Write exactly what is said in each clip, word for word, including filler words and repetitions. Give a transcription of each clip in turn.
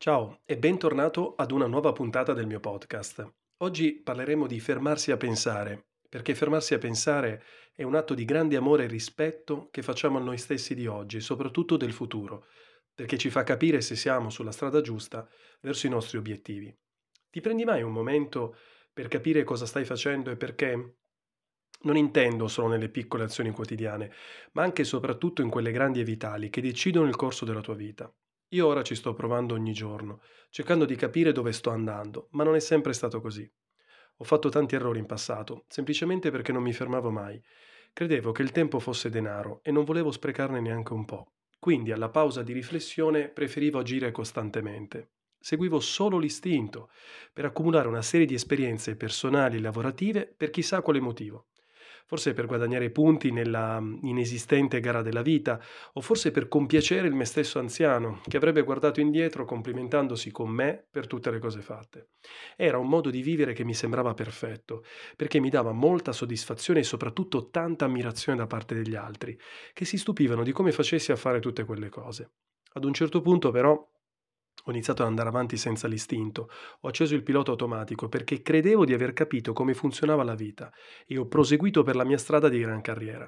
Ciao e bentornato ad una nuova puntata del mio podcast. Oggi parleremo di fermarsi a pensare, perché fermarsi a pensare è un atto di grande amore e rispetto che facciamo a noi stessi di oggi, soprattutto del futuro, perché ci fa capire se siamo sulla strada giusta verso i nostri obiettivi. Ti prendi mai un momento per capire cosa stai facendo e perché? Non intendo solo nelle piccole azioni quotidiane, ma anche e soprattutto in quelle grandi e vitali che decidono il corso della tua vita. Io ora ci sto provando ogni giorno, cercando di capire dove sto andando, ma non è sempre stato così. Ho fatto tanti errori in passato, semplicemente perché non mi fermavo mai. Credevo che il tempo fosse denaro e non volevo sprecarne neanche un po'. Quindi alla pausa di riflessione preferivo agire costantemente. Seguivo solo l'istinto, per accumulare una serie di esperienze personali e lavorative per chissà quale motivo. Forse per guadagnare punti nella mm, inesistente gara della vita, o forse per compiacere il me stesso anziano, che avrebbe guardato indietro complimentandosi con me per tutte le cose fatte. Era un modo di vivere che mi sembrava perfetto, perché mi dava molta soddisfazione e soprattutto tanta ammirazione da parte degli altri, che si stupivano di come facessi a fare tutte quelle cose. Ad un certo punto, però, ho iniziato ad andare avanti senza l'istinto. Ho acceso il pilota automatico perché credevo di aver capito come funzionava la vita e ho proseguito per la mia strada di gran carriera.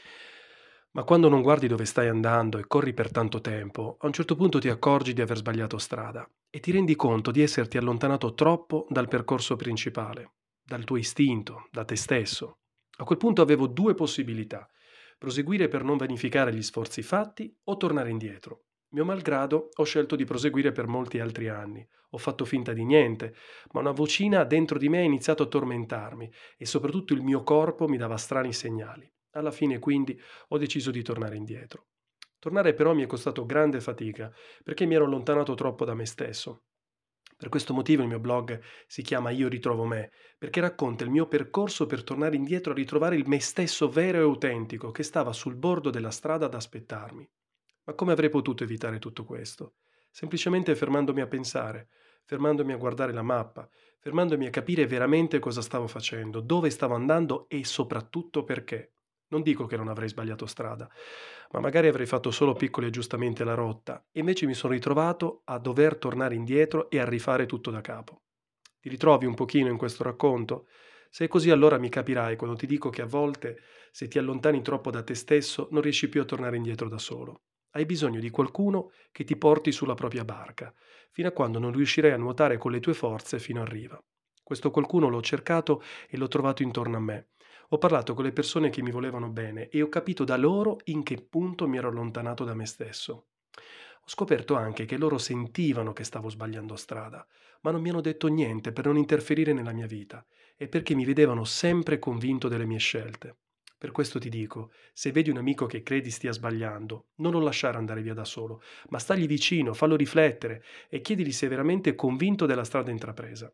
Ma quando non guardi dove stai andando e corri per tanto tempo, a un certo punto ti accorgi di aver sbagliato strada e ti rendi conto di esserti allontanato troppo dal percorso principale, dal tuo istinto, da te stesso. A quel punto avevo due possibilità: proseguire per non vanificare gli sforzi fatti o tornare indietro. Mio malgrado, ho scelto di proseguire per molti altri anni. Ho fatto finta di niente, ma una vocina dentro di me ha iniziato a tormentarmi e soprattutto il mio corpo mi dava strani segnali. Alla fine, quindi, ho deciso di tornare indietro. Tornare però mi è costato grande fatica, perché mi ero allontanato troppo da me stesso. Per questo motivo il mio blog si chiama Io ritrovo me, perché racconta il mio percorso per tornare indietro a ritrovare il me stesso vero e autentico che stava sul bordo della strada ad aspettarmi. Ma come avrei potuto evitare tutto questo? Semplicemente fermandomi a pensare, fermandomi a guardare la mappa, fermandomi a capire veramente cosa stavo facendo, dove stavo andando e soprattutto perché. Non dico che non avrei sbagliato strada, ma magari avrei fatto solo piccoli aggiustamenti alla rotta e invece mi sono ritrovato a dover tornare indietro e a rifare tutto da capo. Ti ritrovi un pochino in questo racconto? Se è così, allora mi capirai quando ti dico che a volte, se ti allontani troppo da te stesso, non riesci più a tornare indietro da solo. Hai bisogno di qualcuno che ti porti sulla propria barca, fino a quando non riuscirai a nuotare con le tue forze fino a riva. Questo qualcuno l'ho cercato e l'ho trovato intorno a me. Ho parlato con le persone che mi volevano bene e ho capito da loro in che punto mi ero allontanato da me stesso. Ho scoperto anche che loro sentivano che stavo sbagliando strada, ma non mi hanno detto niente per non interferire nella mia vita e perché mi vedevano sempre convinto delle mie scelte. Per questo ti dico, se vedi un amico che credi stia sbagliando, non lo lasciare andare via da solo, ma stagli vicino, fallo riflettere e chiedigli se è veramente convinto della strada intrapresa.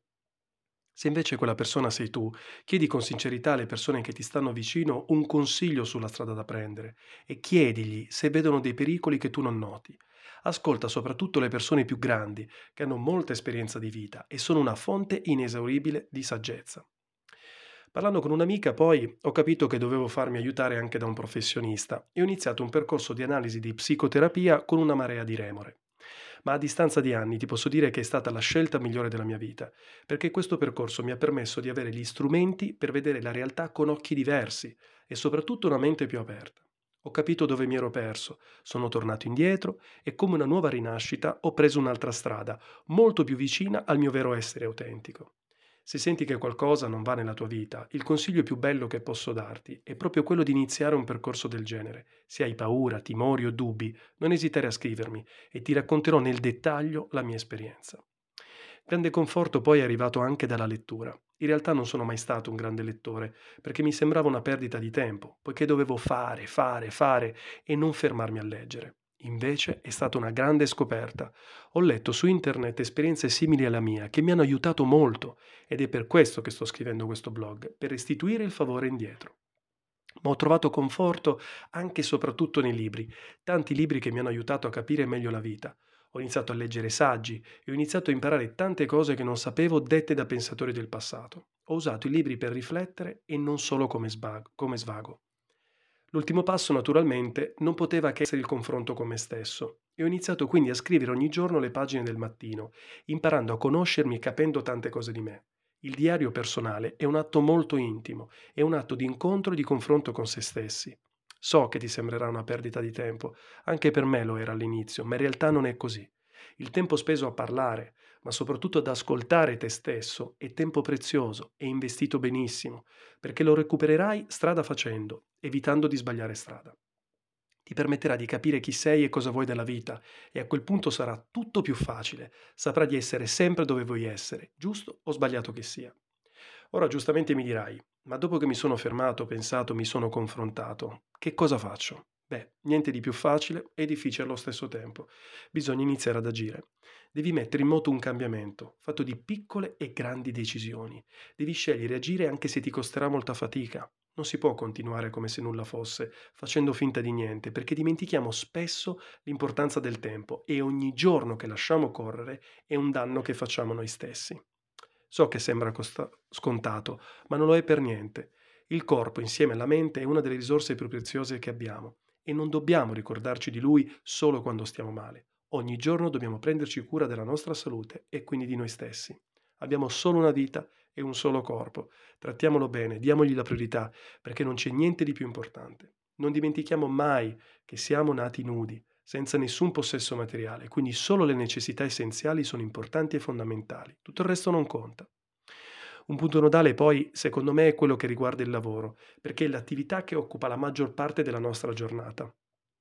Se invece quella persona sei tu, chiedi con sincerità alle persone che ti stanno vicino un consiglio sulla strada da prendere e chiedigli se vedono dei pericoli che tu non noti. Ascolta soprattutto le persone più grandi, che hanno molta esperienza di vita e sono una fonte inesauribile di saggezza. Parlando con un'amica poi ho capito che dovevo farmi aiutare anche da un professionista e ho iniziato un percorso di analisi di psicoterapia con una marea di remore. Ma a distanza di anni ti posso dire che è stata la scelta migliore della mia vita, perché questo percorso mi ha permesso di avere gli strumenti per vedere la realtà con occhi diversi e soprattutto una mente più aperta. Ho capito dove mi ero perso, sono tornato indietro e come una nuova rinascita ho preso un'altra strada, molto più vicina al mio vero essere autentico. Se senti che qualcosa non va nella tua vita, il consiglio più bello che posso darti è proprio quello di iniziare un percorso del genere. Se hai paura, timori o dubbi, non esitare a scrivermi e ti racconterò nel dettaglio la mia esperienza. Grande conforto poi è arrivato anche dalla lettura. In realtà non sono mai stato un grande lettore, perché mi sembrava una perdita di tempo, poiché dovevo fare, fare, fare e non fermarmi a leggere. Invece è stata una grande scoperta. Ho letto su internet esperienze simili alla mia che mi hanno aiutato molto ed è per questo che sto scrivendo questo blog, per restituire il favore indietro. Ma ho trovato conforto anche e soprattutto nei libri, tanti libri che mi hanno aiutato a capire meglio la vita. Ho iniziato a leggere saggi e ho iniziato a imparare tante cose che non sapevo dette da pensatori del passato. Ho usato i libri per riflettere e non solo come, svago- come svago. L'ultimo passo, naturalmente, non poteva che essere il confronto con me stesso. E ho iniziato quindi a scrivere ogni giorno le pagine del mattino, imparando a conoscermi e capendo tante cose di me. Il diario personale è un atto molto intimo, è un atto di incontro e di confronto con se stessi. So che ti sembrerà una perdita di tempo, anche per me lo era all'inizio, ma in realtà non è così. Il tempo speso a parlare, ma soprattutto ad ascoltare te stesso, è tempo prezioso e investito benissimo, perché lo recupererai strada facendo, evitando di sbagliare strada. Ti permetterà di capire chi sei e cosa vuoi dalla vita e a quel punto sarà tutto più facile, saprai di essere sempre dove vuoi essere, giusto o sbagliato che sia. Ora giustamente mi dirai, ma dopo che mi sono fermato, pensato, mi sono confrontato, che cosa faccio? Beh, niente di più facile e difficile allo stesso tempo. Bisogna iniziare ad agire. Devi mettere in moto un cambiamento, fatto di piccole e grandi decisioni. Devi scegliere e agire anche se ti costerà molta fatica. Non si può continuare come se nulla fosse, facendo finta di niente, perché dimentichiamo spesso l'importanza del tempo e ogni giorno che lasciamo correre è un danno che facciamo a noi stessi. So che sembra costa- scontato, ma non lo è per niente. Il corpo, insieme alla mente, è una delle risorse più preziose che abbiamo e non dobbiamo ricordarci di lui solo quando stiamo male. Ogni giorno dobbiamo prenderci cura della nostra salute e quindi di noi stessi. Abbiamo solo una vita e un solo corpo. Trattiamolo bene, diamogli la priorità, perché non c'è niente di più importante. Non dimentichiamo mai che siamo nati nudi, senza nessun possesso materiale, quindi solo le necessità essenziali sono importanti e fondamentali, tutto il resto non conta. Un punto nodale poi, secondo me, è quello che riguarda il lavoro, perché è l'attività che occupa la maggior parte della nostra giornata.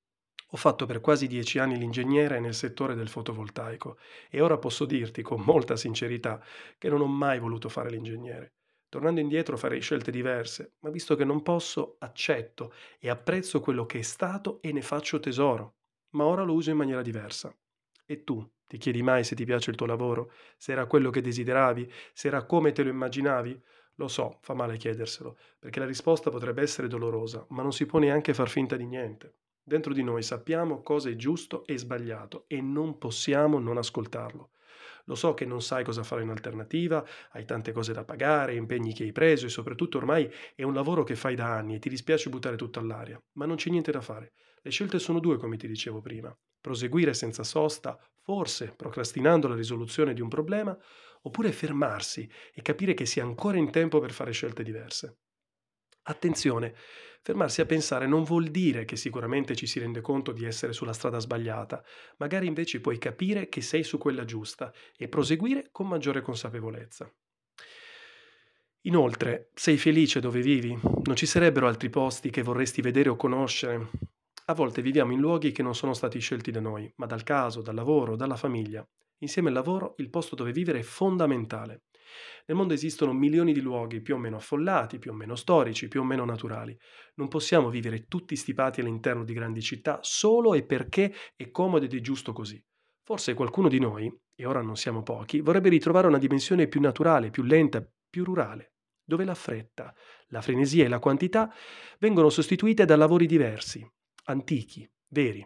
Ho fatto per quasi dieci anni l'ingegnere nel settore del fotovoltaico e ora posso dirti con molta sincerità che non ho mai voluto fare l'ingegnere. Tornando indietro farei scelte diverse, ma visto che non posso, accetto e apprezzo quello che è stato e ne faccio tesoro, ma ora lo uso in maniera diversa. E tu, ti chiedi mai se ti piace il tuo lavoro? Se era quello che desideravi? Se era come te lo immaginavi? Lo so, fa male chiederselo, perché la risposta potrebbe essere dolorosa, ma non si può neanche far finta di niente. Dentro di noi sappiamo cosa è giusto e sbagliato e non possiamo non ascoltarlo. Lo so che non sai cosa fare in alternativa, hai tante cose da pagare, impegni che hai preso e soprattutto ormai è un lavoro che fai da anni e ti dispiace buttare tutto all'aria, ma non c'è niente da fare. Le scelte sono due, come ti dicevo prima. Proseguire senza sosta, forse procrastinando la risoluzione di un problema, oppure fermarsi e capire che si è ancora in tempo per fare scelte diverse. Attenzione, fermarsi a pensare non vuol dire che sicuramente ci si rende conto di essere sulla strada sbagliata, magari invece puoi capire che sei su quella giusta e proseguire con maggiore consapevolezza. Inoltre, sei felice dove vivi? Non ci sarebbero altri posti che vorresti vedere o conoscere? A volte viviamo in luoghi che non sono stati scelti da noi, ma dal caso, dal lavoro, dalla famiglia. Insieme al lavoro, il posto dove vivere è fondamentale. Nel mondo esistono milioni di luoghi più o meno affollati, più o meno storici, più o meno naturali. Non possiamo vivere tutti stipati all'interno di grandi città solo e perché è comodo ed è giusto così. Forse qualcuno di noi, e ora non siamo pochi, vorrebbe ritrovare una dimensione più naturale, più lenta, più rurale, dove la fretta, la frenesia e la quantità vengono sostituite da lavori diversi, antichi, veri.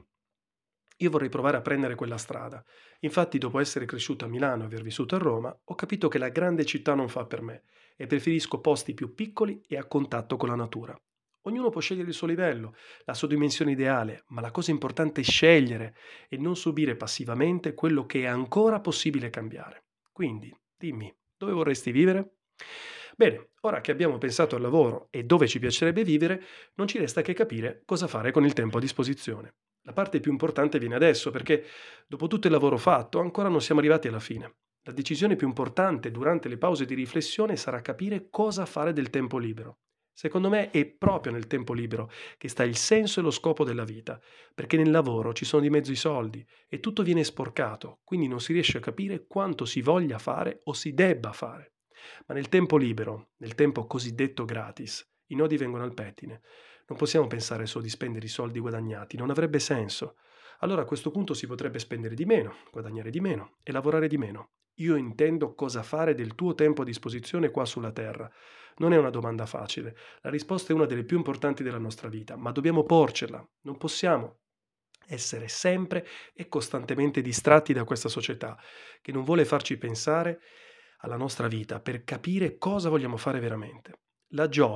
Io vorrei provare a prendere quella strada. Infatti, dopo essere cresciuto a Milano e aver vissuto a Roma, ho capito che la grande città non fa per me e preferisco posti più piccoli e a contatto con la natura. Ognuno può scegliere il suo livello, la sua dimensione ideale, ma la cosa importante è scegliere e non subire passivamente quello che è ancora possibile cambiare. Quindi, dimmi, dove vorresti vivere? Bene, ora che abbiamo pensato al lavoro e dove ci piacerebbe vivere, non ci resta che capire cosa fare con il tempo a disposizione. La parte più importante viene adesso perché, dopo tutto il lavoro fatto, ancora non siamo arrivati alla fine. La decisione più importante durante le pause di riflessione sarà capire cosa fare del tempo libero. Secondo me è proprio nel tempo libero che sta il senso e lo scopo della vita, perché nel lavoro ci sono di mezzo i soldi e tutto viene sporcato, quindi non si riesce a capire quanto si voglia fare o si debba fare. Ma nel tempo libero, nel tempo cosiddetto gratis, i nodi vengono al pettine. Non possiamo pensare solo di spendere i soldi guadagnati, non avrebbe senso. Allora a questo punto si potrebbe spendere di meno, guadagnare di meno e lavorare di meno. Io intendo cosa fare del tuo tempo a disposizione qua sulla Terra. Non è una domanda facile. La risposta è una delle più importanti della nostra vita, ma dobbiamo porcerla. Non possiamo essere sempre e costantemente distratti da questa società che non vuole farci pensare alla nostra vita per capire cosa vogliamo fare veramente. La gioia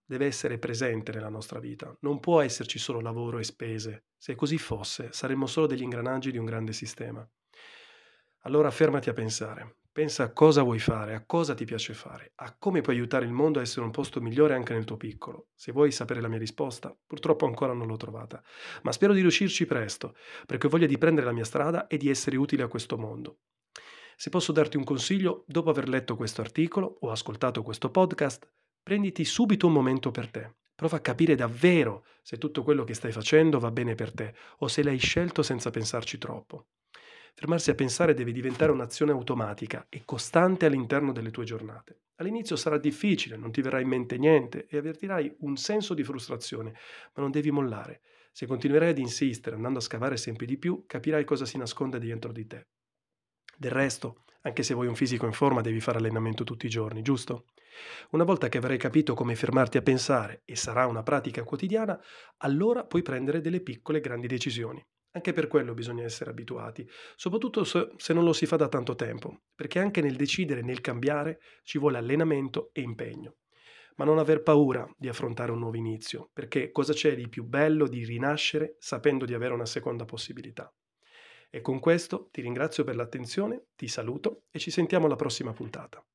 deve essere presente nella nostra vita, non può esserci solo lavoro e spese. Se così fosse, saremmo solo degli ingranaggi di un grande sistema. Allora fermati a pensare. Pensa a cosa vuoi fare, a cosa ti piace fare, a come puoi aiutare il mondo a essere un posto migliore anche nel tuo piccolo. Se vuoi sapere la mia risposta, purtroppo ancora non l'ho trovata, ma spero di riuscirci presto, perché ho voglia di prendere la mia strada e di essere utile a questo mondo. Se posso darti un consiglio, dopo aver letto questo articolo o ascoltato questo podcast, prenditi subito un momento per te. Prova a capire davvero se tutto quello che stai facendo va bene per te o se l'hai scelto senza pensarci troppo. Fermarsi a pensare deve diventare un'azione automatica e costante all'interno delle tue giornate. All'inizio sarà difficile, non ti verrà in mente niente e avvertirai un senso di frustrazione, ma non devi mollare. Se continuerai ad insistere, andando a scavare sempre di più, capirai cosa si nasconde dentro di te. Del resto, anche se vuoi un fisico in forma, devi fare allenamento tutti i giorni, giusto? Una volta che avrai capito come fermarti a pensare e sarà una pratica quotidiana, allora puoi prendere delle piccole grandi decisioni. Anche per quello bisogna essere abituati, soprattutto se se non lo si fa da tanto tempo, perché anche nel decidere, nel cambiare, ci vuole allenamento e impegno. Ma non aver paura di affrontare un nuovo inizio, perché cosa c'è di più bello di rinascere sapendo di avere una seconda possibilità? E con questo ti ringrazio per l'attenzione, ti saluto e ci sentiamo alla prossima puntata.